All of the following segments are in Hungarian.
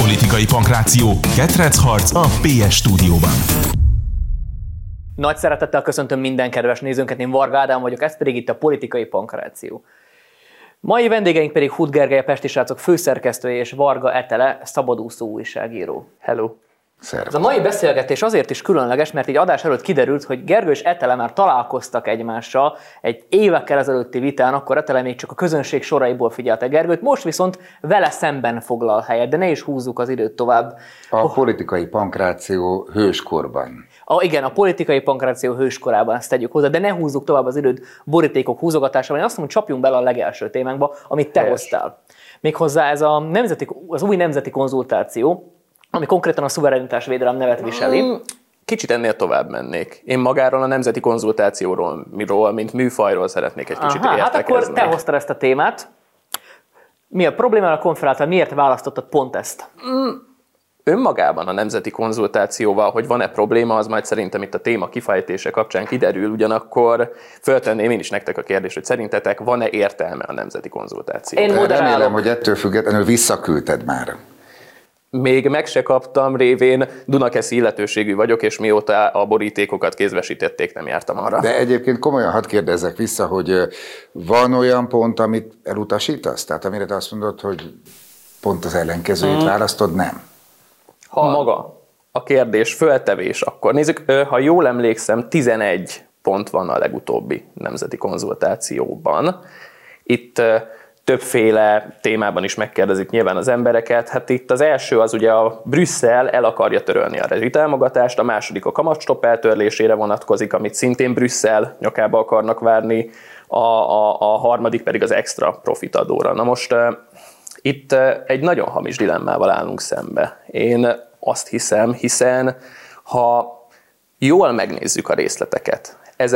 Politikai pankráció, ketrecharc a PS stúdióban. Nagy szeretettel köszöntöm minden kedves nézőnket, én Varga Ádám vagyok, ez pedig itt a Politikai pankráció. Mai vendégeink pedig Huth Gergely, a Pesti Srácok főszerkesztője és Varga Etele, szabadúszó újságíró. Hello! Szervusz. Ez a mai beszélgetés azért is különleges, mert így adás előtt kiderült, hogy Gergő és Etele már találkoztak egymással egy évekkel ezelőtti vitán, akkor Etele még csak a közönség soraiból figyelte Gergőt, most viszont vele szemben foglal helyet, de ne is húzzuk az időt tovább. A politikai pankráció hőskorban. Igen, a politikai pankráció hőskorában, ezt tegyük hozzá, de ne húzzuk tovább az időt borítékok húzogatásával. Én azt mondom, hogy csapjunk bele a legelső témánkba, amit te hoztál. Méghozzá ez az új nemzeti konzultáció, ami konkrétan a szuverenitásvédelem nevet viseli. Kicsit ennél tovább mennék. Én magáról a nemzeti konzultációról, mint műfajról szeretnék egy kicsit értekezni. Hát akkor te hoztad ezt a témát. Mi a probléma a konferáltál? Miért választottad pont ezt? Önmagában a nemzeti konzultációval, hogy van-e probléma, az majd szerintem itt a téma kifejtése kapcsán kiderül, ugyanakkor föltenném én is nektek a kérdést, hogy szerintetek van-e értelme a nemzeti konzultáció? Én remélem, hogy ettől függetlenül visszaküldted már. Még meg se kaptam, révén Dunakeszi illetőségű vagyok, és mióta a borítékokat kézbesítették, nem jártam arra. De egyébként komolyan hadd kérdezzek vissza, hogy van olyan pont, amit elutasítasz? Tehát amire te azt mondod, hogy pont az ellenkezőjét választod, nem? Ha maga a kérdés föltevés, akkor nézzük, ha jól emlékszem, 11 pont van a legutóbbi nemzeti konzultációban. Itt többféle témában is megkérdezik nyilván az embereket. Hát itt az első az ugye a Brüsszel el akarja törölni a rezsitámogatást, a második a kamatstopp eltörlésére vonatkozik, amit szintén Brüsszel nyakába akarnak várni, a harmadik pedig az extra profit adóra. Na most itt egy nagyon hamis dilemmával állunk szembe. Én azt hiszem, hiszen ha jól megnézzük a részleteket,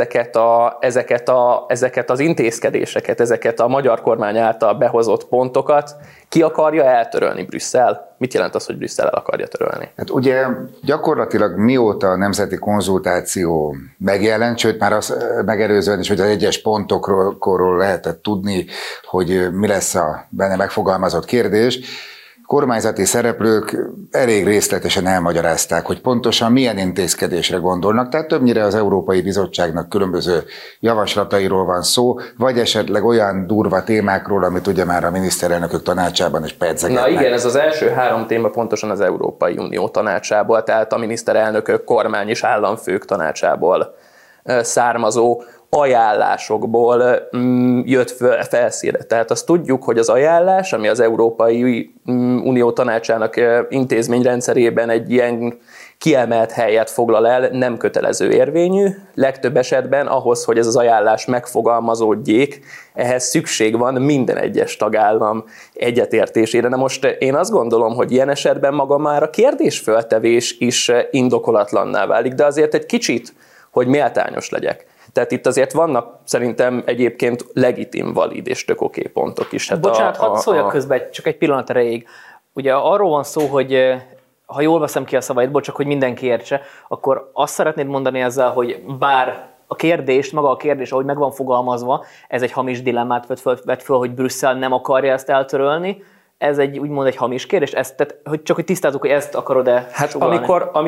ezeket az intézkedéseket, ezeket a magyar kormány által behozott pontokat ki akarja eltörölni Brüsszel? Mit jelent az, hogy Brüsszel el akarja törölni? Hát ugye gyakorlatilag mióta a nemzeti konzultáció megjelent, sőt már az megelőzően is, hogy az egyes pontokról lehetett tudni, hogy mi lesz a benne megfogalmazott kérdés, kormányzati szereplők elég részletesen elmagyarázták, hogy pontosan milyen intézkedésre gondolnak, tehát többnyire az Európai Bizottságnak különböző javaslatairól van szó, vagy esetleg olyan durva témákról, amit ugye már a miniszterelnökök tanácsában is pedzegetnek. Na igen, ez az első három téma pontosan az Európai Unió tanácsából, tehát a miniszterelnökök, kormány és államfők tanácsából származó ajánlásokból jött felszínre. Tehát azt tudjuk, hogy az ajánlás, ami az Európai Unió tanácsának intézményrendszerében egy ilyen kiemelt helyet foglal el, nem kötelező érvényű. Legtöbb esetben ahhoz, hogy ez az ajánlás megfogalmazódjék, ehhez szükség van minden egyes tagállam egyetértésére. Na most én azt gondolom, hogy ilyen esetben maga már a kérdésföltevés is indokolatlanná válik, de azért egy kicsit, hogy méltányos legyek. Tehát itt azért vannak szerintem egyébként legitim, valid és tök oké pontok is. Hát bocsánat, hadd szóljak közben csak egy pillanat erejéig. Ugye arról van szó, hogy ha jól veszem ki a szavaidból, csak hogy mindenki értse, akkor azt szeretnéd mondani ezzel, hogy bár maga a kérdés, ahogy meg van fogalmazva, ez egy hamis dilemmát vet föl, hogy Brüsszel nem akarja ezt eltörölni, ez úgymond egy hamis kérdés? Tehát, csak hogy tisztázzuk, hogy ezt akarod-e sugalni?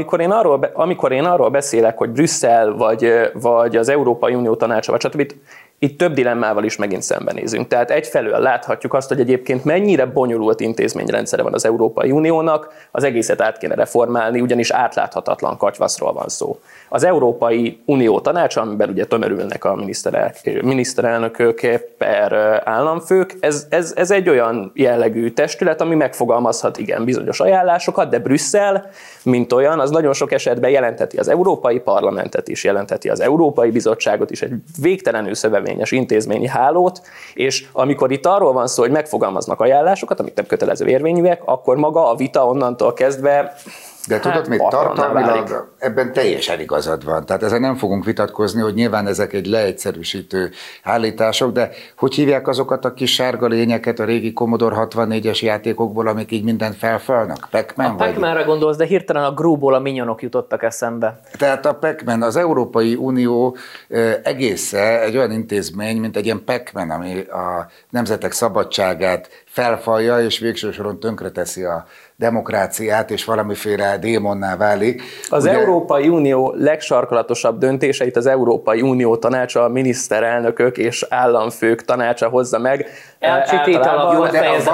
Amikor én arról beszélek, hogy Brüsszel vagy az Európai Unió tanácsa, vagy stb. Itt több dilemmával is megint szembenézünk. Tehát egyfelől láthatjuk azt, hogy egyébként mennyire bonyolult intézményrendszere van az Európai Uniónak, az egészet át kéne reformálni, ugyanis átláthatatlan katyvaszról van szó. Az Európai Unió tanácsa, amiben ugye tömörülnek a miniszterelnökök per államfők, ez egy olyan jellegű testület, ami megfogalmazhat igen bizonyos ajánlásokat, de Brüsszel, mint olyan, az nagyon sok esetben jelentheti az Európai Parlamentet is, jelentheti az Európai Bizottságot is, egy végtelenül szövevényes intézményi hálót, és amikor itt arról van szó, hogy megfogalmaznak ajánlásokat, amik nem kötelező érvényűek, akkor maga a vita onnantól kezdve De tudod mit, tartalmilag ebben teljesen igazad van. Tehát ezzel nem fogunk vitatkozni, hogy nyilván ezek egy leegyszerűsítő állítások, de hogy hívják azokat a kis sárga lényeket a régi Commodore 64-es játékokból, amik így mindent felfalnak? Pac-Man? A Pac-Manre gondolsz, de hirtelen a Gru-ból a Minionok jutottak eszembe. Tehát a Pac-Man, az Európai Unió egészen egy olyan intézmény, mint egy ilyen Pac-Man, ami a nemzetek szabadságát felfalja, és végső soron tönkreteszi a demokráciát, és valamiféle démonná válik. Az Európai Unió legsarkalatosabb döntéseit az Európai Unió tanácsa, a miniszterelnökök és államfők tanácsa hozza meg. Általában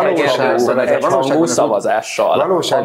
egyhangú szavazással.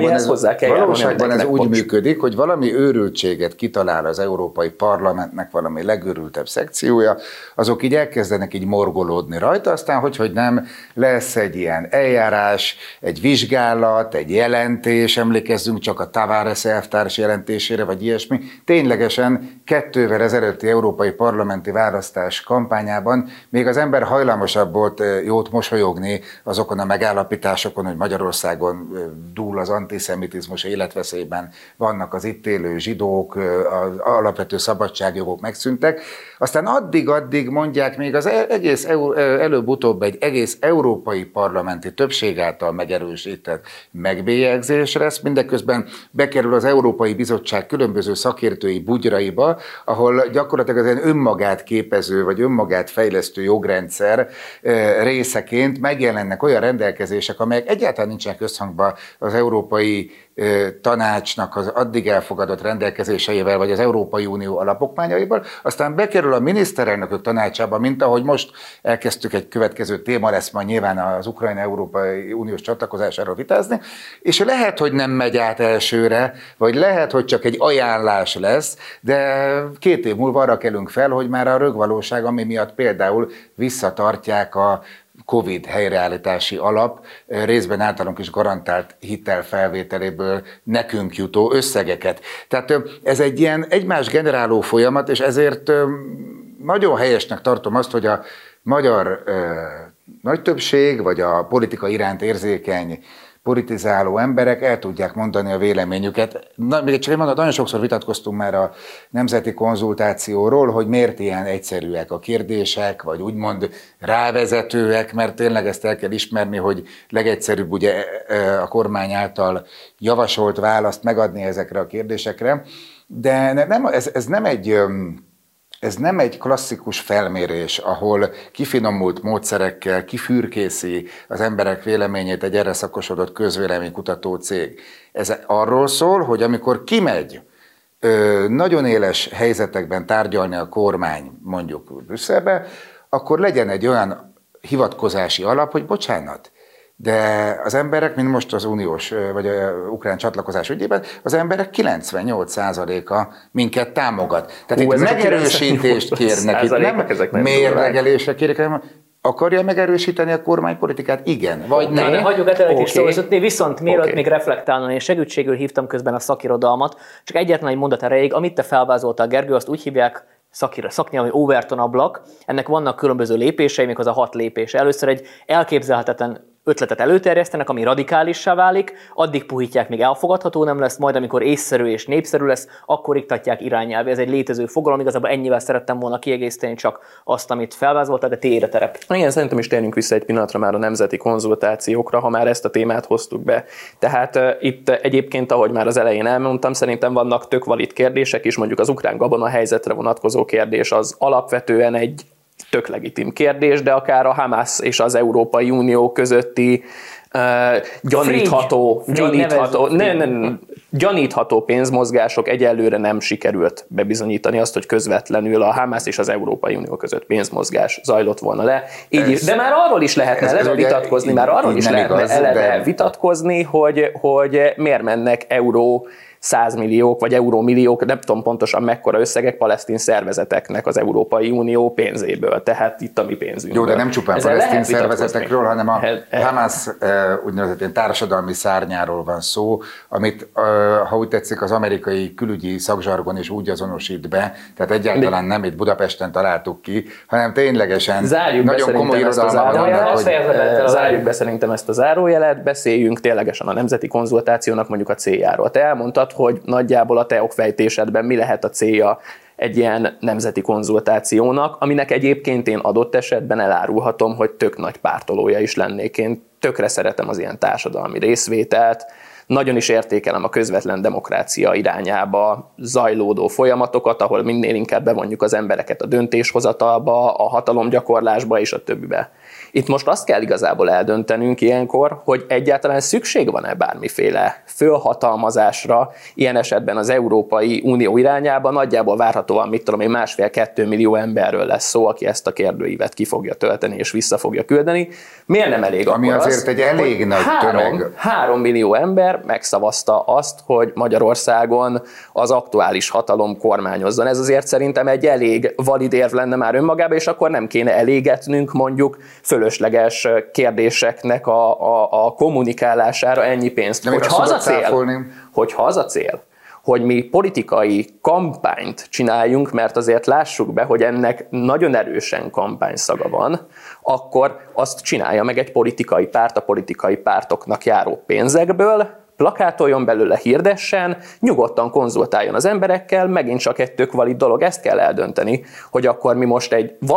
Valóságban ez úgy működik, hogy valami őrültséget kitalál az Európai Parlamentnek valami legőrültebb szekciója, azok így elkezdenek így morgolódni rajta, aztán hogy nem lesz egy ilyen eljárás, egy vizsgálat, egy jelentés, emlékezzünk csak a Tavares elvtárs jelentésére, vagy ilyesmi. Ténylegesen 2 évvel ezelőtti európai parlamenti választás kampányában még az ember hajlamosabb volt jót mosolyogni azokon a megállapításokon, hogy Magyarországon dúl az antiszemitizmus életveszélyben, vannak az itt élő zsidók, az alapvető szabadságjogok megszűntek. Aztán addig mondják, még az egész előbb-utóbb egy egész európai parlamenti többség által megerősített megbélyegzésre lesz, mindeközben bekerül az Európai Bizottság különböző szakértői bugyraiba, ahol gyakorlatilag az ilyen önmagát képező, vagy önmagát fejlesztő jogrendszer részeként megjelennek olyan rendelkezések, amelyek egyáltalán nincsenek összhangban az Európai Tanácsnak az addig elfogadott rendelkezéseivel, vagy az Európai Unió alapokmányaival, aztán bekerül a miniszterelnökök tanácsába, mint ahogy most elkezdtük, egy következő téma lesz majd nyilván az Ukrajna-Európai Uniós csatlakozásáról vitázni, és lehet, hogy nem megy át elsőre, vagy lehet, hogy csak egy ajánlás lesz, de 2 év múlva arra kelünk fel, hogy már a rögvalóság, ami miatt például visszatartják a Covid helyreállítási alap részben általunk is garantált hitelfelvételéből nekünk jutó összegeket. Tehát ez egy ilyen egymás generáló folyamat, és ezért nagyon helyesnek tartom azt, hogy a magyar nagy többség, vagy a politika iránt érzékeny politizáló emberek el tudják mondani a véleményüket. Még csak nagyon sokszor vitatkoztunk már a nemzeti konzultációról, hogy miért ilyen egyszerűek a kérdések, vagy úgymond rávezetőek, mert tényleg ezt el kell ismerni, hogy legegyszerűbb ugye a kormány által javasolt választ megadni ezekre a kérdésekre. De ez nem egy klasszikus felmérés, ahol kifinomult módszerekkel kifürkészi az emberek véleményét egy erre szakosodott közvéleménykutató cég. Ez arról szól, hogy amikor kimegy nagyon éles helyzetekben tárgyalni a kormány, mondjuk Brüsszelbe, akkor legyen egy olyan hivatkozási alap, hogy bocsánat, de az emberek, mint most az uniós vagy a ukrán csatlakozás ügyében, az emberek 98%-a minket támogat. Tehát itt megerősítést kérnek, itt nem mérlegelésre kérnek, hanem akarja megerősíteni a kormánypolitikát? Igen, vagy nem. De hagyjuk egy kis szózatni, viszont mielőtt még reflektálni, én segítségül hívtam közben a szakirodalmat, csak egyetlen egy mondat erejéig, amit te felvázoltál, Gergő, azt úgy hívják szaknyelvi Overton ablak, ennek vannak különböző lépései, még az a 6 lépés. Először egy elképzelhetetlen ötletet előterjesztenek, ami radikálissá válik, addig puhítják, még elfogadható nem lesz, majd amikor észszerű és népszerű lesz, akkor iktatják irányelvé. Ez egy létező fogalom, igazából ennyivel szerettem volna kiegészíteni csak azt, amit felvázoltál, de tiéd terep. Igen, szerintem is térjünk vissza egy pillanatra már a nemzeti konzultációkra, ha már ezt a témát hoztuk be. Tehát itt egyébként, ahogy már az elején elmondtam, szerintem vannak tök valid kérdések is, mondjuk az ukrán gabona helyzetre vonatkozó kérdés az alapvetően egy tök legitim kérdés, de akár a Hamász és az Európai Unió közötti gyanítható pénzmozgások egyelőre nem sikerült bebizonyítani azt, hogy közvetlenül a Hamász és az Európai Unió között pénzmozgás zajlott volna le. De már arról is lehetne vitatkozni, hogy miért mennek 100 milliók vagy eurómilliók, nem tudom pontosan mekkora összegek palesztin szervezeteknek az Európai Unió pénzéből, tehát itt a mi pénzünkből. Jó, de nem csupán palesztin szervezetekről, hanem a Hamász úgynevezett társadalmi szárnyáról van szó, amit, ha úgy tetszik, az amerikai külügyi szakzsargon is úgy azonosít be, tehát egyáltalán nem itt Budapesten találtuk ki, hanem ténylegesen nagyon komoly irodalmak vannak. Zárjuk be szerintem ezt a zárójelet, beszéljünk ténylegesen a nemzeti konzultációnak mondjuk a céljáról. Te elmondtad, hogy nagyjából a te okfejtésedben mi lehet a célja egy ilyen nemzeti konzultációnak, aminek egyébként én adott esetben elárulhatom, hogy tök nagy pártolója is lennék. Én tökre szeretem az ilyen társadalmi részvételt, nagyon is értékelem a közvetlen demokrácia irányába zajlódó folyamatokat, ahol minél inkább bevonjuk az embereket a döntéshozatalba, a hatalomgyakorlásba és a többibe. Itt most azt kell igazából eldöntenünk ilyenkor, hogy egyáltalán szükség van-e bármiféle fölhatalmazásra, ilyen esetben az Európai Unió irányában nagyjából várhatóan, 1,5-2 millió emberről lesz szó, aki ezt a kérdőívet ki fogja tölteni és vissza fogja küldeni. Miért nem elég Ami akkor azért egy elég nagy tömeg. 3 millió ember megszavazta azt, hogy Magyarországon az aktuális hatalom kormányozzon. Ez azért szerintem egy elég valid érv lenne már önmagában, és akkor nem kéne elégetnünk mondjuk fölösleges kérdéseknek a kommunikálására ennyi pénzt. Hogyha az a cél, hogy mi politikai kampányt csináljunk, mert azért lássuk be, hogy ennek nagyon erősen kampányszaga van, akkor azt csinálja meg egy politikai párt a politikai pártoknak járó pénzekből, plakátoljon belőle, hirdessen, nyugodtan konzultáljon az emberekkel, megint csak egy tök valid dolog, ezt kell eldönteni, hogy akkor mi most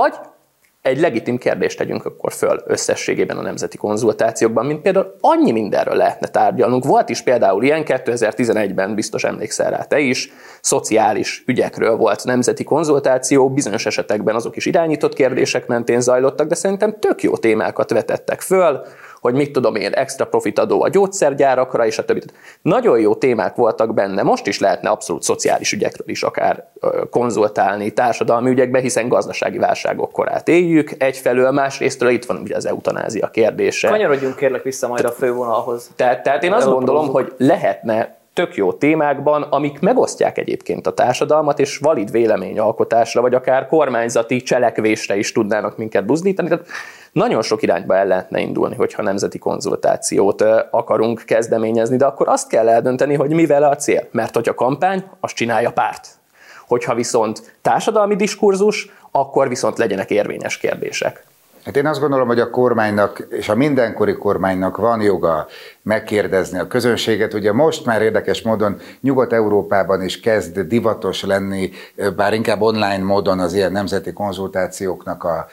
egy legitim kérdést tegyünk akkor föl összességében a nemzeti konzultációkban, mint például annyi mindenről lehetne tárgyalnunk. Volt is például ilyen, 2011-ben biztos emlékszel rá te is, szociális ügyekről volt nemzeti konzultáció, bizonyos esetekben azok is irányított kérdések mentén zajlottak, de szerintem tök jó témákat vetettek föl, hogy mit tudom én, extra profitadó a gyógyszergyárakra, és a többi. Nagyon jó témák voltak benne, most is lehetne abszolút szociális ügyekről is akár konzultálni, társadalmi ügyekben, hiszen gazdasági válságok korát éljük egyfelől, másrésztről itt van ugye az eutanázia kérdése. Kanyarodjunk kérlek vissza majd a fővonalhoz. Tehát én azt gondolom, hogy lehetne tök jó témákban, amik megosztják egyébként a társadalmat, és valid véleményalkotásra, vagy akár kormányzati cselekvésre is tudnának minket buzdítani. Tehát nagyon sok irányba el lehetne indulni, hogyha nemzeti konzultációt akarunk kezdeményezni, de akkor azt kell eldönteni, hogy mi vele a cél. Mert hogyha kampány, azt csinálja párt. Hogyha viszont társadalmi diskurzus, akkor viszont legyenek érvényes kérdések. Hát én azt gondolom, hogy a kormánynak és a mindenkori kormánynak van joga megkérdezni a közönséget. Ugye most már érdekes módon Nyugat-Európában is kezd divatos lenni, bár inkább online módon az ilyen nemzeti konzultációknak a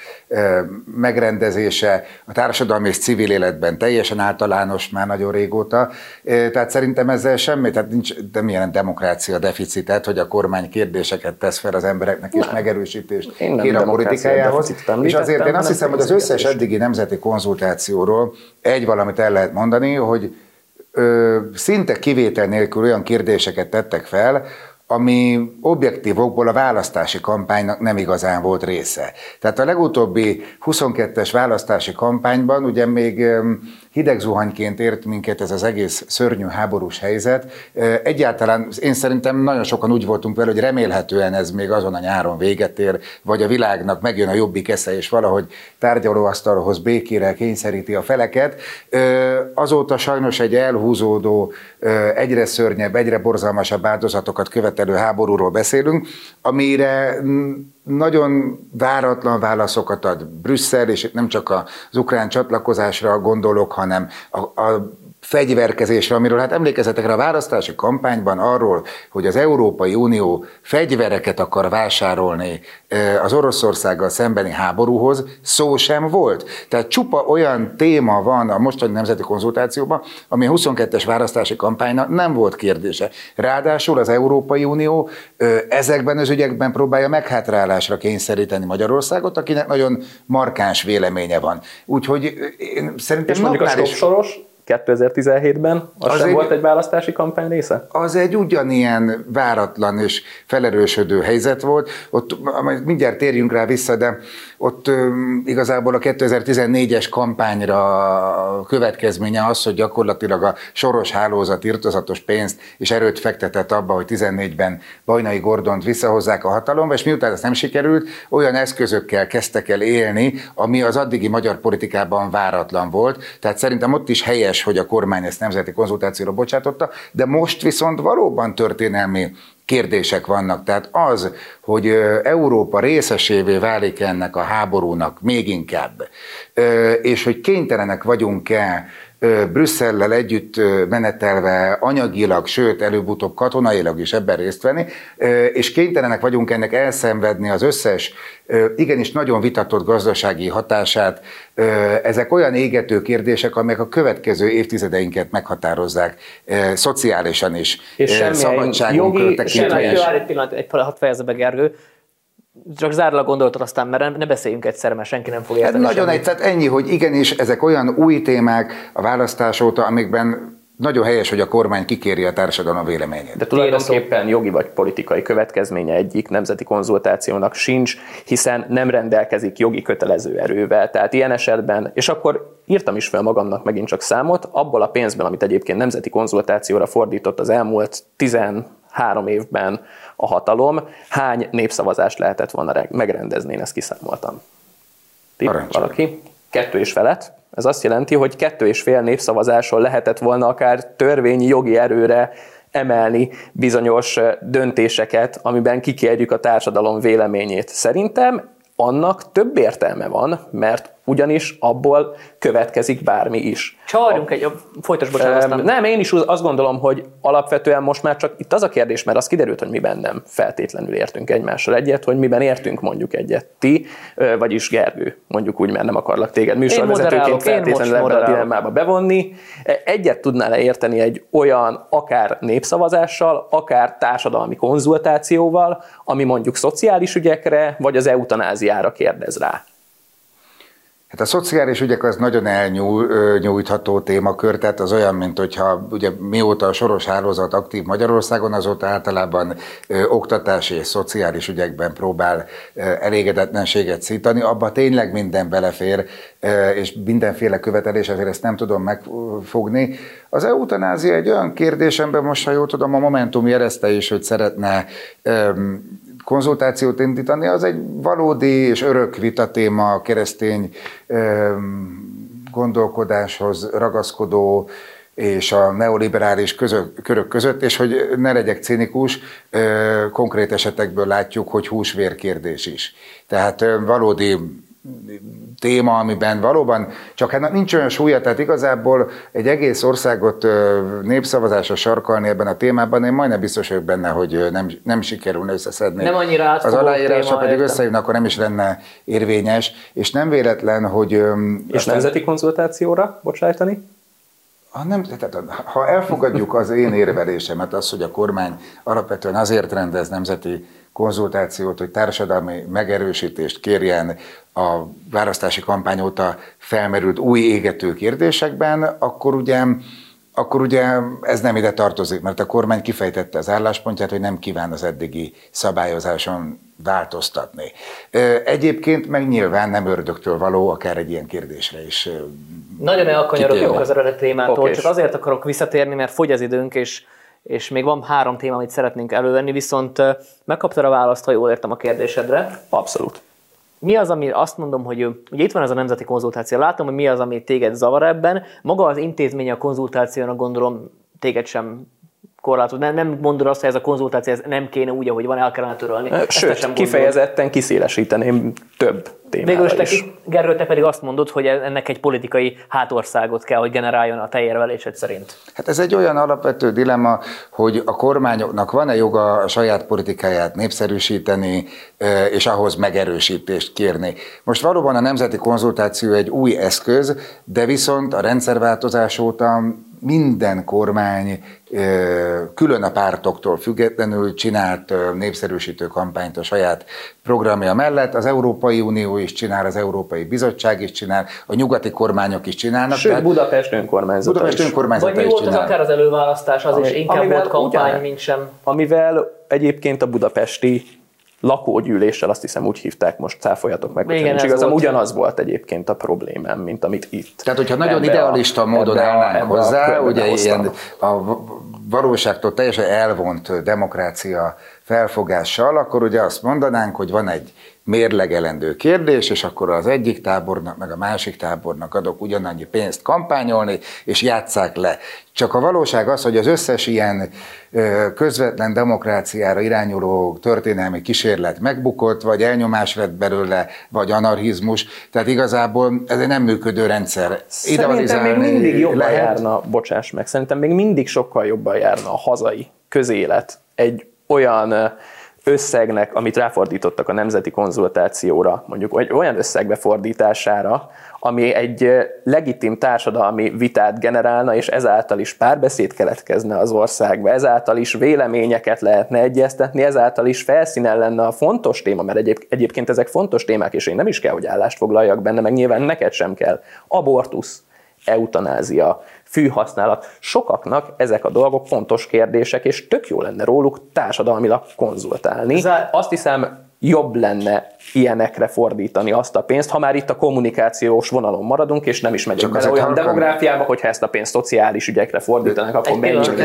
megrendezése. A társadalmi és civil életben teljesen általános már nagyon régóta. Tehát szerintem ezzel semmi, tehát nem jelent demokrácia deficitet, hogy a kormány kérdéseket tesz fel az embereknek és megerősítést kér a politikájához. És azért én azt hiszem, hogy az összes eddigi nemzeti konzultációról egy valamit el lehet mondani, hogy szinte kivétel nélkül olyan kérdéseket tettek fel, ami objektív okból a választási kampánynak nem igazán volt része. Tehát a legutóbbi 22-es választási kampányban ugye még hideg zuhanyként ért minket ez az egész szörnyű háborús helyzet. Egyáltalán én szerintem nagyon sokan úgy voltunk vele, hogy remélhetően ez még azon a nyáron véget ér, vagy a világnak megjön a jobbik esze, és valahogy tárgyalóasztalhoz békére kényszeríti a feleket. Azóta sajnos egy elhúzódó, egyre szörnyebb, egyre borzalmasabb áldozatokat követelő háborúról beszélünk, amire nagyon váratlan válaszokat ad Brüsszel, és nem csak az ukrán csatlakozásra gondolok, hanem a fegyverkezésre, amiről hát emlékezzetek rá a választási kampányban arról, hogy az Európai Unió fegyvereket akar vásárolni az Oroszországgal szembeni háborúhoz, szó sem volt. Tehát csupa olyan téma van a mostani nemzeti konzultációban, ami a 22-es választási kampánynak nem volt kérdése. Ráadásul az Európai Unió ezekben az ügyekben próbálja meghátrálásra kényszeríteni Magyarországot, akinek nagyon markáns véleménye van. Úgyhogy én szerintem... És mondjuk a soros 2017-ben az sem volt egy választási kampány része? Az egy ugyanilyen váratlan és felerősödő helyzet volt. Ott mindjárt térjünk rá vissza, de ott igazából a 2014-es kampányra következménye az, hogy gyakorlatilag a Soros hálózat irtozatos pénzt és erőt fektetett abba, hogy 14-ben Bajnai Gordont visszahozzák a hatalomba, és miután ez nem sikerült, olyan eszközökkel kezdtek el élni, ami az addigi magyar politikában váratlan volt. Tehát szerintem ott is helyes, hogy a kormány ezt nemzeti konzultációra bocsátotta, de most viszont valóban történelmi kérdések vannak. Tehát az, hogy Európa részesévé válik ennek a háborúnak még inkább, és hogy kénytelenek vagyunk-e Brüsszellel együtt menetelve anyagilag, sőt előbb-utóbb katonailag is ebben részt venni, és kénytelenek vagyunk ennek elszenvedni az összes igenis nagyon vitatott gazdasági hatását. Ezek olyan égető kérdések, amelyek a következő évtizedeinket meghatározzák szociálisan is, szabadságunkra tekintve is. Egy pillanat, hadd fejezze be, Gergő. csak zárd le a gondolatot, aztán mert ne beszéljünk egyszerre, mert senki nem fog érteni. Nagyon egyszerűen ennyi, hogy igenis ezek olyan új témák a választás óta, amikben nagyon helyes, hogy a kormány kikéri a társadalom véleményét. De tulajdonképpen jogi vagy politikai következménye egyik nemzeti konzultációnak sincs, hiszen nem rendelkezik jogi kötelező erővel. Tehát ilyen esetben, és akkor írtam is fel magamnak megint csak számot, abból a pénzben, amit egyébként nemzeti konzultációra fordított az elmúlt 13 évben a hatalom, hány népszavazást lehetett volna megrendezni, én ezt kiszámoltam. Valaki? 2,5. Ez azt jelenti, hogy 2,5 népszavazáson lehetett volna akár törvényi jogi erőre emelni bizonyos döntéseket, amiben kikérjük a társadalom véleményét. Szerintem annak több értelme van, mert ugyanis abból következik bármi is. Csavarjunk folytasd, bocsánat. Nem, én is azt gondolom, hogy alapvetően most már csak itt az a kérdés, mert az kiderült, hogy miben nem feltétlenül értünk egymással egyet, hogy miben értünk mondjuk egyet ti, vagyis Gergő, mondjuk úgy, mert nem akarlak téged műsorvezetőként feltétlenül ebben a dilemmába bevonni. Egyet tudnál érteni egy olyan akár népszavazással, akár társadalmi konzultációval, ami mondjuk szociális ügyekre, vagy az eutanáziára kérdez rá? Hát a szociális ügyek az nagyon elnyújtható témakör, tehát az olyan, mint hogyha ugye mióta a Soros hálózat aktív Magyarországon, azóta általában oktatási és szociális ügyekben próbál elégedetlenséget szítani, abba tényleg minden belefér, és mindenféle követelés, ezért ezt nem tudom megfogni. Az eutanázia egy olyan kérdés, amiben most, ha jól tudom, a Momentum jelezte is, hogy szeretne konzultációt indítani, az egy valódi és örök vitatéma a keresztény gondolkodáshoz ragaszkodó és a neoliberális körök között, és hogy ne legyek cinikus, konkrét esetekből látjuk, hogy húsvér kérdés is. Tehát valódi téma, amiben valóban csak hát nincs olyan súlya, tehát igazából egy egész országot népszavazásra sarkalni ebben a témában, én majdnem biztos vagyok benne, hogy nem sikerülne összeszedni. Nem annyira az aláírás, ha pedig összejön, akkor nem is lenne érvényes, és nem véletlen, hogy... És nemzeti konzultációra bocsájtani? Ha elfogadjuk az én érvelésemet, az, hogy a kormány alapvetően azért rendez nemzeti konzultációt, hogy társadalmi megerősítést kérjen a választási kampány óta felmerült új égető kérdésekben, akkor ugye ez nem ide tartozik, mert a kormány kifejtette az álláspontját, hogy nem kíván az eddigi szabályozáson változtatni. Egyébként meg nyilván nem ördögtől való akár egy ilyen kérdésre is. Nagyon elkanyarodtunk az eredeti témától, csak azért akarok visszatérni, mert fogy az időnk, és még van 3 téma, amit szeretnénk elővenni, viszont megkaptad a választ, ha jól értem a kérdésedre. Abszolút. Mi az, ami azt mondom, hogy ugye itt van ez a nemzeti konzultáció, látom, hogy mi az, ami téged zavar ebben, maga az intézménye a konzultációnak gondolom téged sem korlátoz. Nem mondod azt, hogy ez a konzultáció ez nem kéne úgy, ahogy van, el kellene törölni. Sőt, kifejezetten kiszélesíteném több témára is. Gergő, te pedig azt mondod, hogy ennek egy politikai hátországot kell, hogy generáljon a te érvelésed szerint. Hát ez egy olyan alapvető dilemma, hogy a kormányoknak van-e joga a saját politikáját népszerűsíteni, és ahhoz megerősítést kérni. Most valóban a nemzeti konzultáció egy új eszköz, de viszont a rendszerváltozás óta minden kormány külön a pártoktól függetlenül csinált népszerűsítő kampányt a saját programja mellett. Az Európai Unió is csinál, az Európai Bizottság is csinál, a nyugati kormányok is csinálnak. Sőt, Budapest önkormányzata is. Vagy mi volt az akár az előválasztás, az is inkább volt kampány, mint sem. Amivel egyébként a budapesti lakógyűléssel, azt hiszem úgy hívták, most cáfoljatok meg, hogy nincs igazam, ugyanaz volt egyébként a problémám, mint amit itt. Tehát, hogyha nagyon idealista módon állnánk hozzá, ugye ilyen a valóságtól teljesen elvont demokrácia felfogással, akkor ugye azt mondanánk, hogy van egy mérlegelendő kérdés, és akkor az egyik tábornak, meg a másik tábornak adok ugyanannyi pénzt kampányolni, és játsszák le. Csak a valóság az, hogy az összes ilyen közvetlen demokráciára irányuló történelmi kísérlet megbukott, vagy elnyomás lett belőle, vagy anarchizmus, tehát igazából ez egy nem működő rendszer. Szerintem még mindig jobban járna, bocsáss meg, szerintem még mindig sokkal jobban járna a hazai közélet egy olyan összegnek, amit ráfordítottak a nemzeti konzultációra, mondjuk egy olyan összegbe fordítására, ami egy legitim társadalmi vitát generálna, és ezáltal is párbeszéd keletkezne az országba, ezáltal is véleményeket lehetne egyeztetni, ezáltal is felszínen lenne a fontos téma, mert egyébként ezek fontos témák, és én nem is kell, hogy állást foglaljak benne, meg nyilván neked sem kell. Abortusz, eutanázia, fűhasználat. Sokaknak ezek a dolgok fontos kérdések, és tök jó lenne róluk társadalmilag konzultálni. Azt hiszem, jobb lenne ilyenekre fordítani azt a pénzt, ha már itt a kommunikációs vonalon maradunk, és nem is megyünk bele olyan demográfiába, hogyha ezt a pénzt szociális ügyekre fordítanak, akkor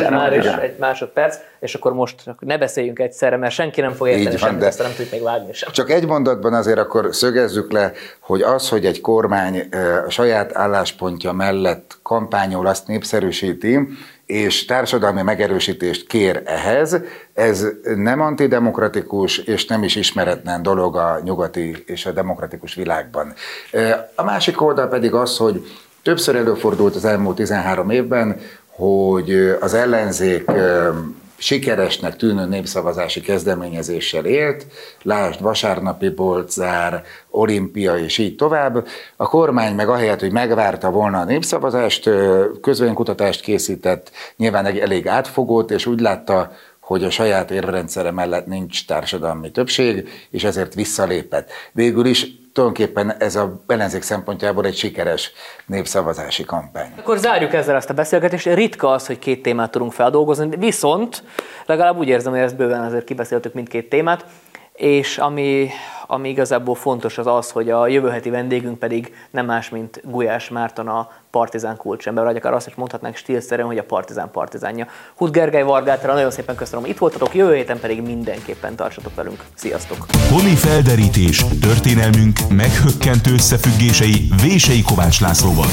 egy másodperc, és akkor most ne beszéljünk egyszerre, mert senki nem fog érteni semmit, ezt nem tudjuk még vágni sem. Csak egy mondatban azért akkor szögezzük le, hogy az, hogy egy kormány a saját álláspontja mellett kampányol, azt népszerűsíti, és társadalmi megerősítést kér ehhez, ez nem antidemokratikus, és nem is ismeretlen dolog a nyugati és a demokratikus világban. A másik oldal pedig az, hogy többször előfordult az elmúlt 13 évben, hogy az ellenzék sikeresnek tűnő népszavazási kezdeményezéssel élt, lásd vasárnapi boltzár, olimpia és így tovább. A kormány meg ahelyett, hogy megvárta volna a népszavazást, közvéleménykutatást készített, nyilván elég átfogót, és úgy látta, hogy a saját érvrendszere mellett nincs társadalmi többség, és ezért visszalépett. Végül is tulajdonképpen ez a ellenzék szempontjából egy sikeres népszavazási kampány. Akkor zárjuk ezzel ezt a beszélgetést. Ritka az, hogy két témát tudunk feldolgozni, viszont legalább úgy érzem, hogy ezt bőven azért kibeszéltük mindkét témát, és ami igazából fontos az az, hogy a jövő heti vendégünk pedig nem más, mint Gulyás Márton, a Partizán kulcsember, vagy akár azt is mondhatnánk stílszerűen, hogy a Partizán partizánja. Huth Gergely Vargátra nagyon szépen köszönöm, hogy itt voltatok, jövő héten pedig mindenképpen tartsatok velünk. Sziasztok! Honi felderítés, történelmünk meghökkentő összefüggései Vései Kovács Lászlóval.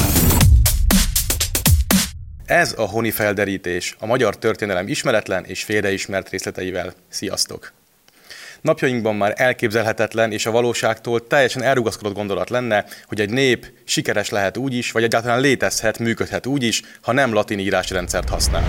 Ez a Honi felderítés, a magyar történelem ismeretlen és félreismert részleteivel. Sziasztok! Napjainkban már elképzelhetetlen és a valóságtól teljesen elrugaszkodott gondolat lenne, hogy egy nép sikeres lehet úgy is, vagy egyáltalán létezhet, működhet úgy is, ha nem latin írásrendszert használ.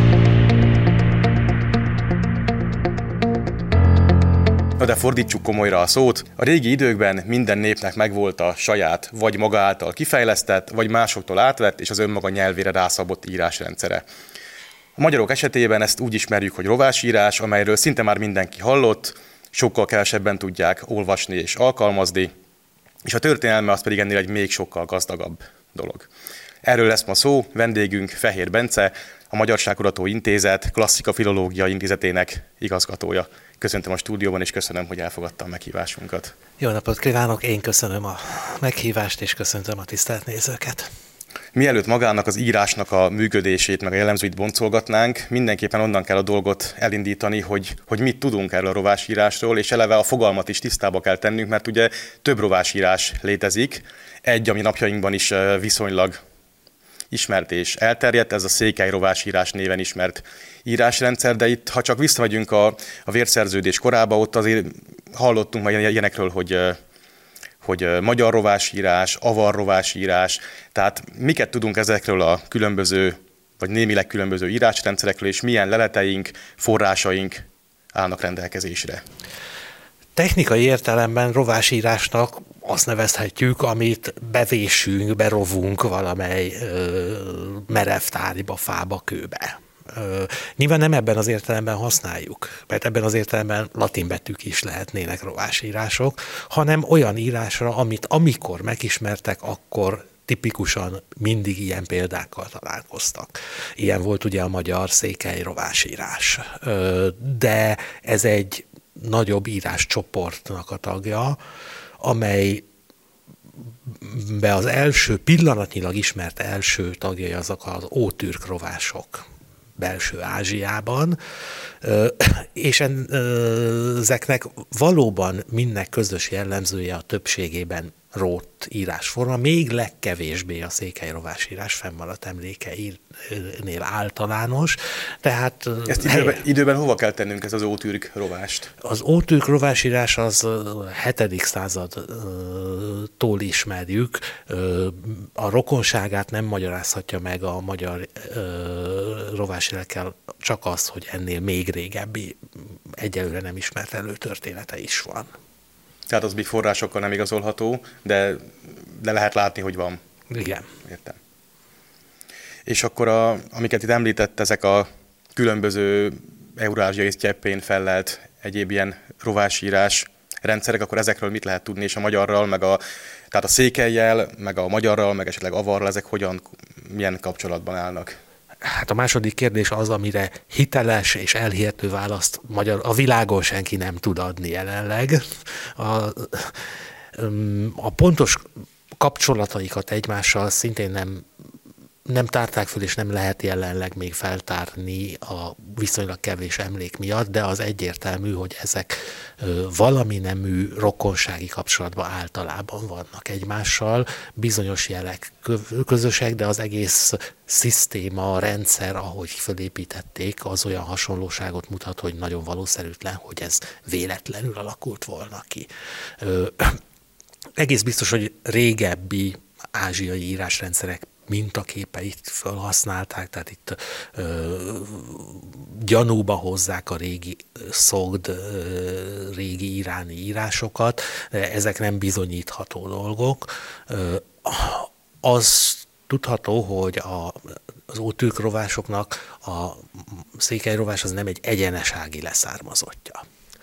Na de fordítsuk komolyra a szót. A régi időkben minden népnek megvolt a saját, vagy maga által kifejlesztett, vagy másoktól átvett és az önmaga nyelvére rászabott írásrendszere. A magyarok esetében ezt úgy ismerjük, hogy rovásírás, amelyről szinte már mindenki hallott, sokkal kevesebben tudják olvasni és alkalmazni, és a történelme az pedig ennél egy még sokkal gazdagabb dolog. Erről lesz ma szó, vendégünk Fehér Bence, a Magyarságkutató Intézet Klasszika Filológia Intézetének igazgatója. Köszöntöm a stúdióban, és köszönöm, hogy elfogadta a meghívásunkat. Jó napot kívánok, én köszönöm a meghívást, és köszöntöm a tisztelt nézőket. Mielőtt magának az írásnak a működését, meg a jellemzőit boncolgatnánk, mindenképpen onnan kell a dolgot elindítani, hogy mit tudunk erről a rovásírásról, és eleve a fogalmat is tisztába kell tennünk, mert ugye több rovásírás létezik. Egy, ami napjainkban is viszonylag ismert és elterjedt, ez a székely rovásírás néven ismert írásrendszer, de itt, ha csak visszamegyünk a vérszerződés korába, ott azért hallottunk majd ilyenekről, hogy magyar rovásírás, avar rovásírás, tehát miket tudunk ezekről a különböző, vagy némileg különböző írásrendszerekről, és milyen leleteink, forrásaink állnak rendelkezésre. Technikai értelemben rovásírásnak azt nevezhetjük, amit bevésünk, berovunk valamely merev tárgyba, fába, kőbe. Nyilván nem ebben az értelemben használjuk, mert ebben az értelemben latin betűk is lehetnének rovásírások, hanem olyan írásra, amit amikor megismertek, akkor tipikusan mindig ilyen példákkal találkoztak. Ilyen volt ugye a magyar székely rovásírás. De ez egy nagyobb íráscsoportnak a tagja, amelybe az első, pillanatnyilag ismert első tagjai azok az ótürk rovások belső Ázsiában, és ezeknek valóban mindnek közös jellemzője a többségében rót írásforma, még legkevésbé a székely rovásírás fennmaradt emlékeinél általános. Tehát ezt időben hova kell tennünk ez az ótürk rovást? Az ótürk rovásírás az 7. századtól ismerjük. A rokonságát nem magyarázhatja meg a magyar rovásírással, csak az, hogy ennél még régebbi egyelőre nem ismert előtörténete is van. Tehát az még forrásokkal nem igazolható, de lehet látni, hogy van. Igen. Értem. És akkor, amiket itt említett, ezek a különböző eurázsiai sztyeppén fellelt egyéb ilyen rovásírás rendszerek, akkor ezekről mit lehet tudni, és a magyarral, tehát a székellyel, meg a magyarral, meg esetleg avarral, ezek milyen kapcsolatban állnak? Hát a második kérdés az, amire hiteles és elhihető választ a világon senki nem tud adni jelenleg. A pontos kapcsolataikat egymással szintén nem tárták föl, és nem lehet jelenleg még feltárni a viszonylag kevés emlék miatt, de az egyértelmű, hogy ezek valami nemű rokonsági kapcsolatban általában vannak egymással. Bizonyos jelek közösek, de az egész szisztéma, a rendszer, ahogy fölépítették, az olyan hasonlóságot mutat, hogy nagyon valószerűtlen, hogy ez véletlenül alakult volna ki. Egész biztos, hogy régebbi ázsiai írásrendszerek mintaképeit felhasználták, tehát itt gyanúba hozzák a régi szogd, régi iráni írásokat, de ezek nem bizonyítható dolgok. Az tudható, hogy az ótürk rovásoknak a székely rovás az nem egy egyenes ági leszármazottja.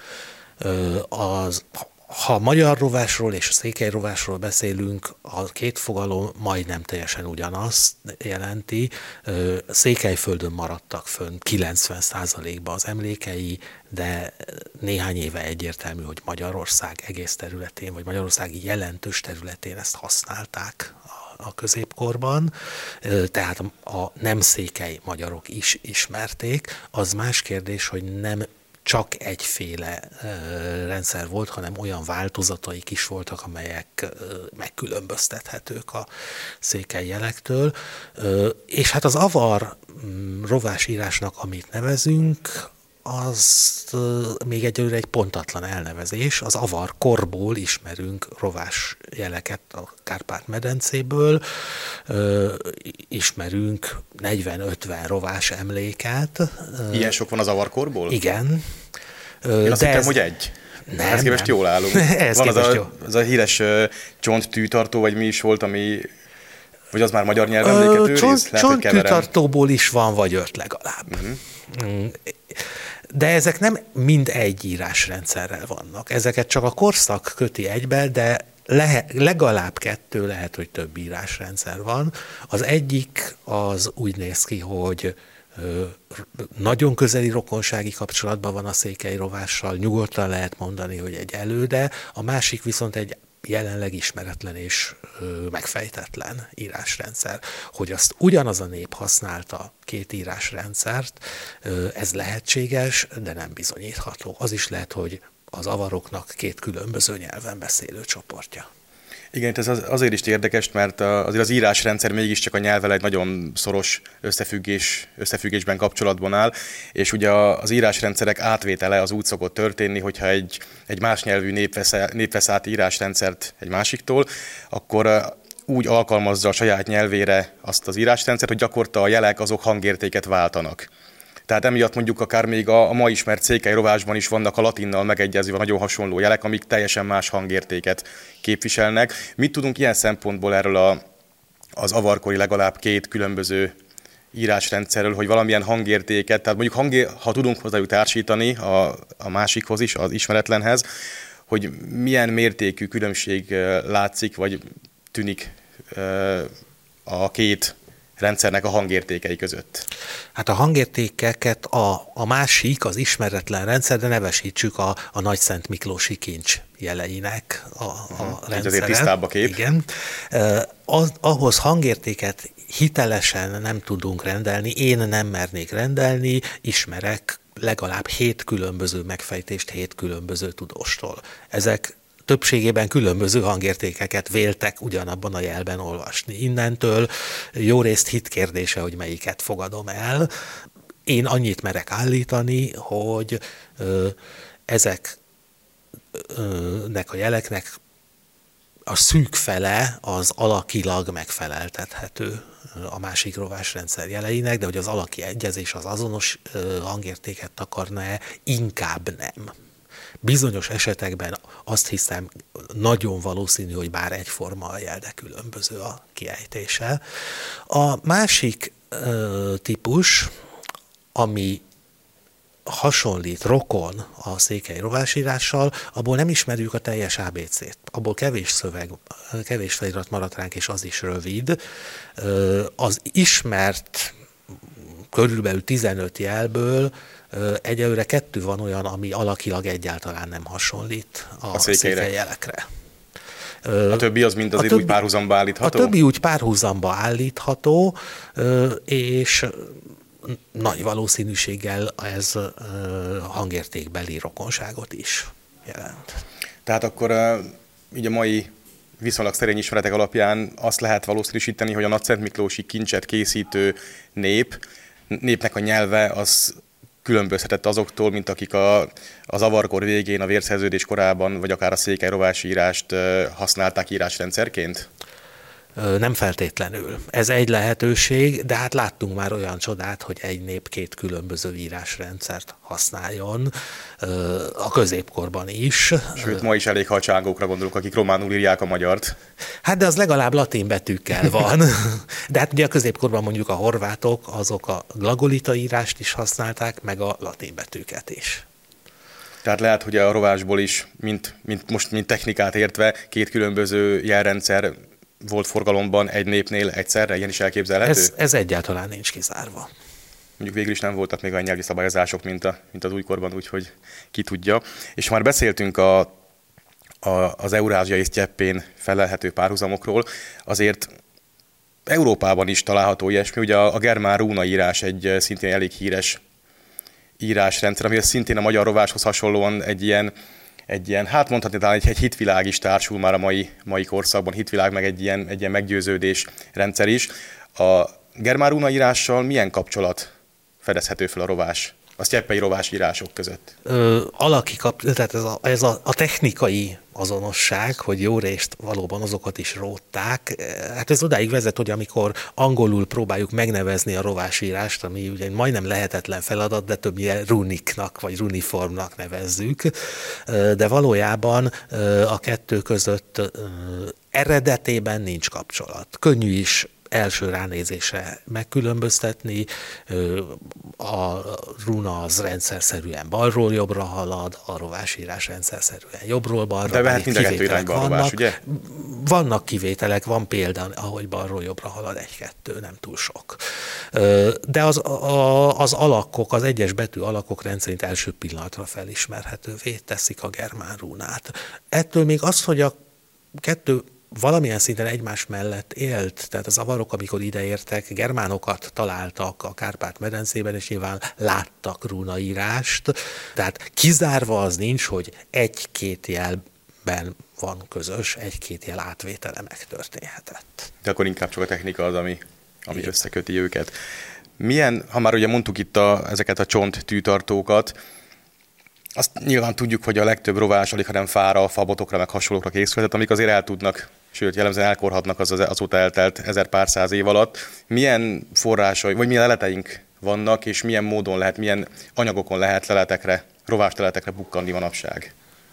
Ha magyar rovásról és székely rovásról beszélünk, a két fogalom majdnem teljesen ugyanazt jelenti. Székelyföldön maradtak fönn 90%-ban az emlékei, de néhány éve egyértelmű, hogy Magyarország egész területén, vagy Magyarország jelentős területén ezt használták a középkorban, tehát a nem székely magyarok is ismerték. Az más kérdés, hogy nem csak egyféle rendszer volt, hanem olyan változataik is voltak, amelyek megkülönböztethetők a székely jelektől. És hát az avar rovásírásnak, amit nevezünk, az még egyelőre egy pontatlan elnevezés. Az avar korból ismerünk rovás jeleket a Kárpát-medencéből, ismerünk 40-50 rovás emléket. Ilyen sok van az avarkorból? Igen. Én azt hittem, hogy egy. Nem, ehhez képest jól állunk. Van az a híres csonttűtartó, vagy mi is volt, ami... Vagy az már magyar nyelvemléket őriz? Csonttűtartóból is van, vagy 5 legalább. De ezek nem mind egy írásrendszerrel vannak. Ezeket csak a korszak köti egybe, de legalább 2, lehet, hogy több írásrendszer van. Az egyik az úgy néz ki, hogy nagyon közeli rokonsági kapcsolatban van a székely rovással, nyugodtan lehet mondani, hogy egy előde, a másik viszont egy jelenleg ismeretlen és megfejtetlen írásrendszer. Hogy azt ugyanaz a nép használta két írásrendszert, ez lehetséges, de nem bizonyítható. Az is lehet, hogy az avaroknak 2 különböző nyelven beszélő csoportja. Igen, ez azért is érdekes, mert azért az írásrendszer mégiscsak a nyelvvel egy nagyon szoros összefüggésben kapcsolatban áll, és ugye az írásrendszerek átvétele az úgy szokott történni, hogyha egy más nyelvű nép vesz át írásrendszert egy másiktól, akkor úgy alkalmazza a saját nyelvére azt az írásrendszert, hogy gyakorta a jelek azok hangértéket váltanak. Tehát emiatt mondjuk akár még a ma ismert székely rovásban is vannak a latinnal megegyezve nagyon hasonló jelek, amik teljesen más hangértéket képviselnek. Mit tudunk ilyen szempontból erről az avarkori legalább 2 különböző írásrendszerről, hogy valamilyen hangértéket, tehát mondjuk ha tudunk hozzájuk társítani a másikhoz is, az ismeretlenhez, hogy milyen mértékű különbség látszik, vagy tűnik a 2 rendszernek a hangértékei között? Hát a hangértékeket a másik, az ismeretlen rendszer, de nevesítsük a Nagyszent Miklósi kincs jeleinek a rendszeren. Azért tisztább a kép. Igen. Ahhoz hangértéket hitelesen nem tudunk rendelni, én nem mernék rendelni, ismerek legalább 7 különböző megfejtést 7 különböző tudóstól. Ezek többségében különböző hangértékeket véltek ugyanabban a jelben olvasni. Innentől jó részt hit kérdése, hogy melyiket fogadom el. Én annyit merek állítani, hogy ezeknek a jeleknek a szűk fele az alakilag megfeleltethető a másik rovásrendszer jeleinek, de hogy az alaki egyezés az azonos hangértéket takarna-e, inkább nem. Bizonyos esetekben azt hiszem nagyon valószínű, hogy bár egyforma a jel, de különböző a kiejtése. A másik típus, ami hasonlít, rokon a székely rovásírással, abból nem ismerjük a teljes ABC-t. Abból kevés szöveg, kevés felirat maradt ránk, és az is rövid. Az ismert körülbelül 15 jelből egyelőre 2 van olyan, ami alakilag egyáltalán nem hasonlít a székely jelekre. A többi az mind azért úgy párhuzamba állítható? A többi úgy párhuzamba állítható, és nagy valószínűséggel ez hangértékbeli rokonságot is jelent. Tehát akkor így a mai viszonylag szerény ismeretek alapján azt lehet valószínűsíteni, hogy a nagyszentmiklósi kincset készítő népnek a nyelve az különbözhetett azoktól, mint akik az avarkor végén, a vérszerződés korában, vagy akár a székely rovásírást használták írásrendszerként? Nem feltétlenül. Ez egy lehetőség, de hát láttunk már olyan csodát, hogy egy nép 2 különböző írásrendszert használjon, a középkorban is. Sőt, ma is elég hadsángokra gondolok, akik románul írják a magyart. Hát de az legalább latin betűkkel van. De hát ugye a középkorban mondjuk a horvátok, azok a glagolita írást is használták, meg a latin betűket is. Tehát lehet, hogy a rovásból is, mint technikát értve, 2 különböző jelrendszer volt forgalomban egy népnél egyszerre, ilyen is elképzelhető? Ez egyáltalán nincs kizárva. Mondjuk végül is nem voltak még olyan nyelvi szabályozások, mint az újkorban, úgyhogy ki tudja. És már beszéltünk az eurázsiai sztyeppén felelhető párhuzamokról, azért Európában is található ilyesmi, ugye a germán rúnaírás egy szintén elég híres írásrendszer, ami szintén a magyar rováshoz hasonlóan egy ilyen, hát mondhatni talán egy hitvilág is társul már a mai korszakban, hitvilág meg egy ilyen meggyőződés rendszer is. A germán rúnaírással milyen kapcsolat fedezhető fel a sztyeppei rovásírások között? Tehát ez a technikai azonosság, hogy jó részt valóban azokat is rótták. Hát ez odáig vezet, hogy amikor angolul próbáljuk megnevezni a rovásírást, ami ugye majdnem lehetetlen feladat, de többnyire runiknak vagy runiformnak nevezzük, de valójában a 2 között eredetében nincs kapcsolat. Könnyű is első ránézésre megkülönböztetni, a runa az rendszerszerűen balról jobbra halad, a rovásírás rendszerszerűen jobbról balra. De hát mind a 2 irányban a rovás, ugye? Vannak kivételek, van példa, ahogy balról jobbra halad 1-2, nem túl sok. De az alakok, az egyes betű alakok rendszerint első pillanatra felismerhetővé teszik a germán rúnát. Ettől még az, hogy a 2 valamilyen szinten egymás mellett élt, tehát az avarok, amikor ideértek, germánokat találtak a Kárpát-medencében, és nyilván láttak rúnaírást, tehát kizárva az nincs, hogy 1-2 jelben van közös, 1-2 jel átvétele megtörténhetett. De akkor inkább csak a technika az, ami összeköti őket. Ha már ugye mondtuk itt ezeket a csont-tűtartókat, azt nyilván tudjuk, hogy a legtöbb rovás alig, hanem fára, fabotokra, meg hasonlókra készülhetett, amik azért el tudnak, sőt, jellemzően elkorhatnak azóta eltelt 1000 pár száz év alatt. Milyen forrásai, vagy milyen leleteink vannak, és milyen módon lehet, milyen anyagokon lehet rovásleletekre bukkanni manapság?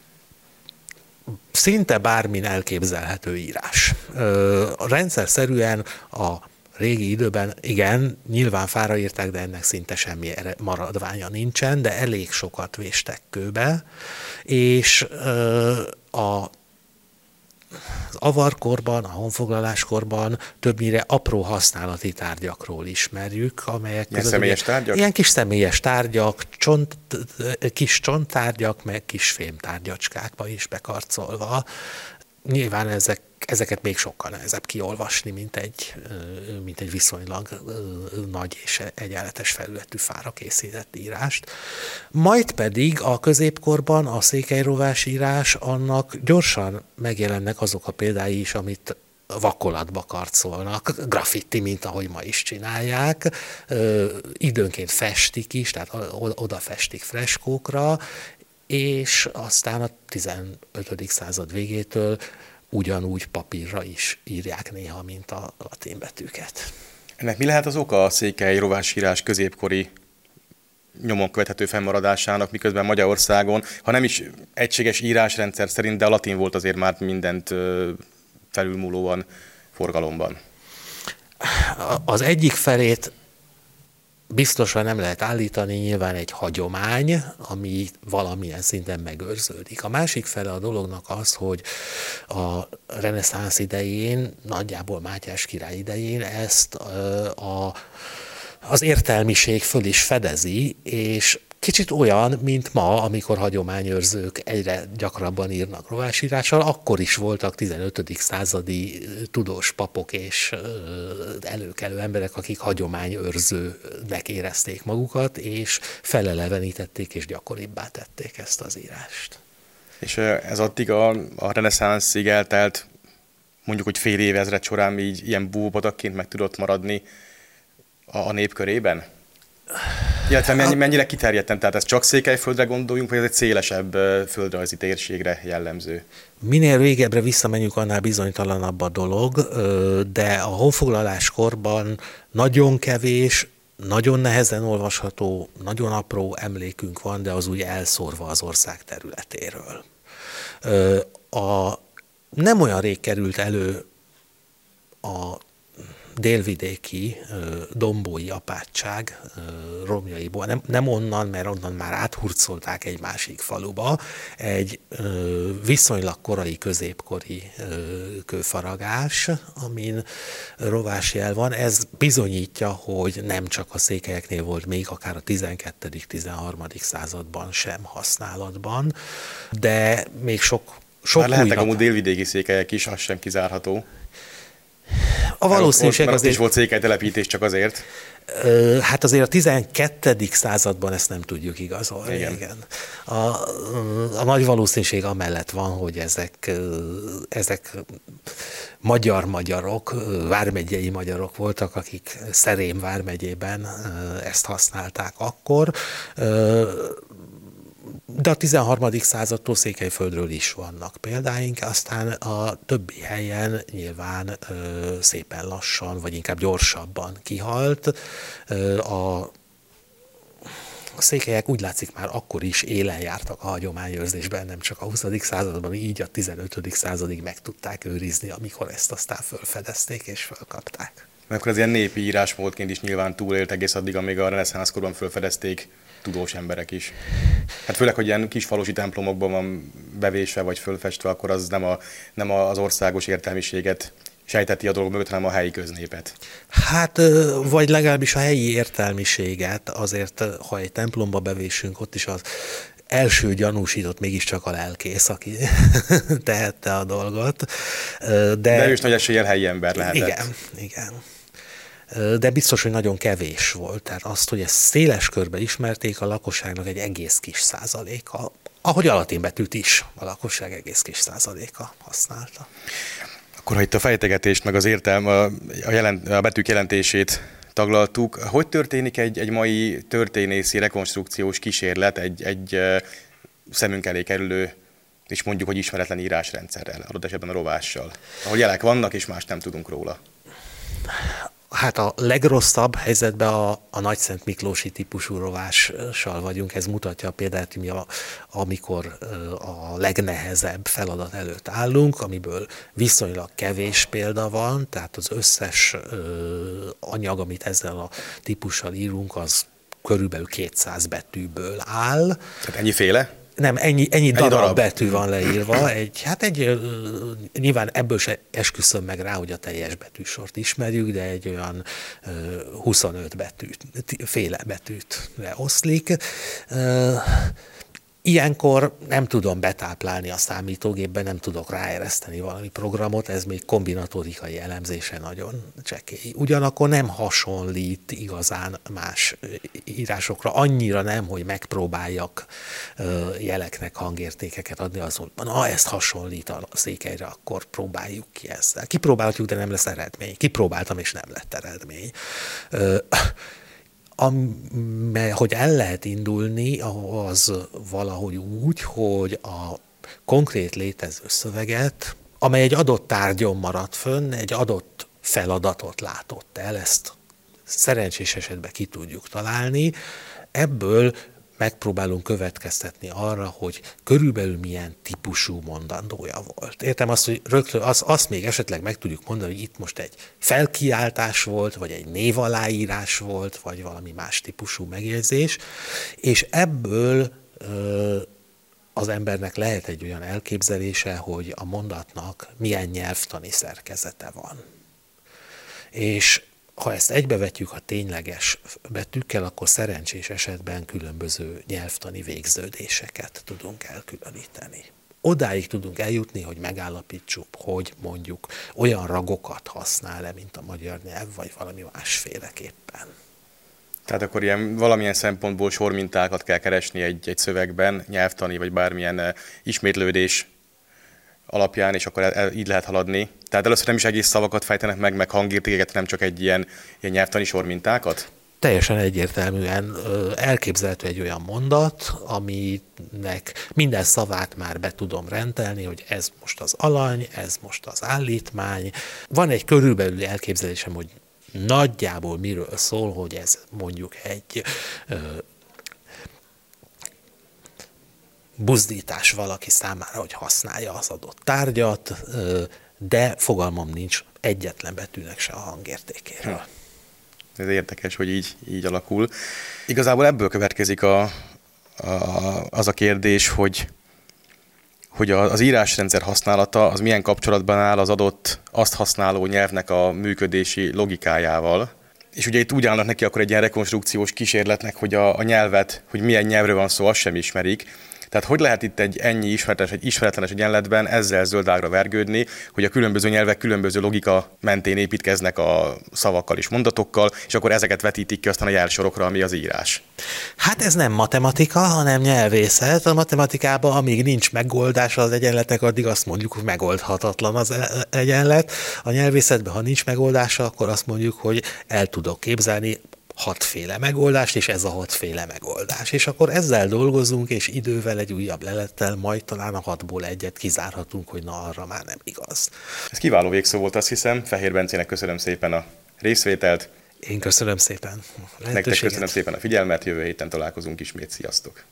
Szinte bármin elképzelhető írás. Rendszerszerűen a régi időben, igen, nyilván fára írták, de ennek szinte semmi maradványa nincsen, de elég sokat véstek kőbe, és az avarkorban, a honfoglaláskorban többnyire apró használati tárgyakról ismerjük, amelyek ilyen személyes tárgyak? Ilyen kis személyes tárgyak, kis csonttárgyak, meg kis fémtárgyacskákba is bekarcolva. Nyilván ezeket még sokkal nehezebb kiolvasni, mint egy viszonylag nagy és egyenletes felületű fára készített írást. Majd pedig a középkorban a székelyrovásírás, annak gyorsan megjelennek azok a példái is, amit vakolatba karcolnak, graffiti, mint ahogy ma is csinálják, időnként festik is, tehát oda festik freskókra, és aztán a 15. század végétől ugyanúgy papírra is írják néha, mint a latin betűket. Ennek mi lehet az oka a székely rovásírás középkori nyomon követhető fennmaradásának, miközben Magyarországon, ha nem is egységes írásrendszer szerint, de a latin volt azért már mindent felülmúlóan forgalomban? Az egyik felét biztosan nem lehet állítani, nyilván egy hagyomány, ami valamilyen szinten megőrződik. A másik fele a dolognak az, hogy a reneszánsz idején, nagyjából Mátyás király idején ezt az értelmiség föl is fedezi, és kicsit olyan, mint ma, amikor hagyományőrzők egyre gyakrabban írnak rovásírással, akkor is voltak 15. századi tudós papok és előkelő emberek, akik hagyományőrzőnek érezték magukat, és felelevenítették és gyakoribbá tették ezt az írást. És ez addig a reneszánszig eltelt, mondjuk, hogy fél évezred során így ilyen búvópatakként meg tudott maradni a nép körében? Illetve mennyire kiterjedten, tehát ez csak Székelyföldre gondoljunk, vagy ez egy szélesebb földrajzi térségre jellemző? Minél régebbre visszamenjünk, annál bizonytalanabb a dolog, de a honfoglaláskorban nagyon kevés, nagyon nehezen olvasható, nagyon apró emlékünk van, de az úgy elszórva az ország területéről. Nem olyan rég került elő a délvidéki dombói apátság romjaiból, nem onnan, mert onnan már áthurcolták egy másik faluba, egy viszonylag korai, középkori kőfaragás, amin rovásjel van. Ez bizonyítja, hogy nem csak a székelyeknél volt még akár a 12.-13. században sem használatban, de még sok már lehetnek amúgy délvidéki székelyek is, az sem kizárható. A valószínűség azért is volt székelytelepítés csak azért. Hát azért a 12. században ezt nem tudjuk igazolni. Igen. A nagy valószínűség amellett van, hogy ezek magyarok, vármegyei magyarok voltak, akik Szerém vármegyében ezt használták akkor. De a 13. századtól Székelyföldről is vannak példáink, aztán a többi helyen nyilván szépen lassan, vagy inkább gyorsabban kihalt. A székelyek úgy látszik már akkor is élen jártak a hagyományőrzésben, nem csak a 20. században, így a 15. századig meg tudták őrizni, amikor ezt aztán fölfedezték és fölkapták. Mert akkor az ilyen népi írásmódként is nyilván túlélt egész addig, amíg a reneszánszkorban fölfedezték tudós emberek is. Hát főleg, hogy ilyen kis falusi templomokban van bevésve vagy fölfestve, akkor az nem az országos értelmiséget sejteti a dolog mögött, hanem a helyi köznépet. Hát, vagy legalábbis a helyi értelmiséget, azért, ha egy templomba bevésünk, ott is az első gyanúsított mégiscsak a lelkész, aki tehette a dolgot. De ő is nagy eséllyel helyi ember lehetett. Igen. De biztos, hogy nagyon kevés volt. Tehát azt, hogy ezt széles körben ismerték, a lakosságnak egy egész kis százaléka, ahogy a latin betűt is a lakosság egész kis százaléka használta. Akkor, ha itt a fejtegetést, meg az értelme, a betűk jelentését taglaltuk, hogy történik egy mai történészi rekonstrukciós kísérlet egy szemünk elé kerülő, és mondjuk, hogy ismeretlen írásrendszerrel, adott esetben a rovással, ahol jelek vannak, és más nem tudunk róla? Hát a legrosszabb helyzetben a Nagyszent Miklósi típusú rovással vagyunk. Ez mutatja a példát, amikor a legnehezebb feladat előtt állunk, amiből viszonylag kevés példa van, tehát az összes anyag, amit ezzel a típussal írunk, az körülbelül 200 betűből áll. Tehát ennyiféle? Nem, ennyi darab betű van leírva. Nyilván ebből se esküszöm meg rá, hogy a teljes betűsort ismerjük, de egy olyan 25 féle betűt leoszlik. Ilyenkor nem tudom betáplálni a számítógépben, nem tudok ráereszteni valami programot, ez még kombinatorikai elemzése nagyon csekély. Ugyanakkor nem hasonlít igazán más írásokra, annyira nem, hogy megpróbáljak jeleknek hangértékeket adni, azon, ezt hasonlít a székelyre, akkor próbáljuk ki ezzel. Kipróbálhatjuk, de nem lesz eredmény. Kipróbáltam, és nem lett eredmény. Hogy el lehet indulni, az valahogy úgy, hogy a konkrét létező szöveget amely egy adott tárgyon maradt fönn, egy adott feladatot látott el, ezt szerencsés esetben ki tudjuk találni, ebből megpróbálunk következtetni arra, hogy körülbelül milyen típusú mondandója volt. Értem azt, hogy rögtön azt még esetleg meg tudjuk mondani, hogy itt most egy felkiáltás volt, vagy egy névaláírás volt, vagy valami más típusú megjegyzés, és ebből az embernek lehet egy olyan elképzelése, hogy a mondatnak milyen nyelvtani szerkezete van. És ha ezt egybevetjük a tényleges betűkkel, akkor szerencsés esetben különböző nyelvtani végződéseket tudunk elkülöníteni. Odáig tudunk eljutni, hogy megállapítsuk, hogy mondjuk olyan ragokat használ-e, mint a magyar nyelv, vagy valami másféleképpen. Tehát akkor ilyen valamilyen szempontból sormintákat kell keresni egy szövegben, nyelvtani vagy bármilyen ismétlődés alapján, és akkor így lehet haladni. Tehát először nem is egész szavakat fejtenek meg hangértékeket, nem csak egy ilyen nyelvtani sormintákat? Teljesen egyértelműen elképzelhető egy olyan mondat, aminek minden szavát már be tudom rendelni, hogy ez most az alany, ez most az állítmány. Van egy körülbelüli elképzelésem, hogy nagyjából miről szól, hogy ez mondjuk egy buzdítás valaki számára, hogy használja az adott tárgyat, de fogalmam nincs egyetlen betűnek se a hangértékéről. Ez érdekes, hogy így alakul. Igazából ebből következik az a kérdés, hogy az írásrendszer használata az milyen kapcsolatban áll az adott azt használó nyelvnek a működési logikájával. És ugye itt úgy állnak neki akkor egy ilyen rekonstrukciós kísérletnek, hogy a nyelvet, hogy milyen nyelvről van szó, azt sem ismerik. Tehát hogy lehet itt egy ennyi ismeretlenes egyenletben ezzel zöldágra vergődni, hogy a különböző nyelvek különböző logika mentén építkeznek a szavakkal és mondatokkal, és akkor ezeket vetítik ki aztán a jelsorokra, ami az írás. Hát ez nem matematika, hanem nyelvészet. A matematikában, amíg nincs megoldása az egyenletnek, addig azt mondjuk, hogy megoldhatatlan az egyenlet. A nyelvészetben, ha nincs megoldása, akkor azt mondjuk, hogy el tudok képzelni 6 féle megoldást, és ez a 6 féle megoldás. És akkor ezzel dolgozunk, és idővel egy újabb lelettel majd talán a 6-ból egyet kizárhatunk, hogy na arra már nem igaz. Ez kiváló végszó volt, azt hiszem. Fehér Bencének köszönöm szépen a részvételt. Én köszönöm szépen. Nektek köszönöm szépen a figyelmet, jövő héten találkozunk ismét, sziasztok!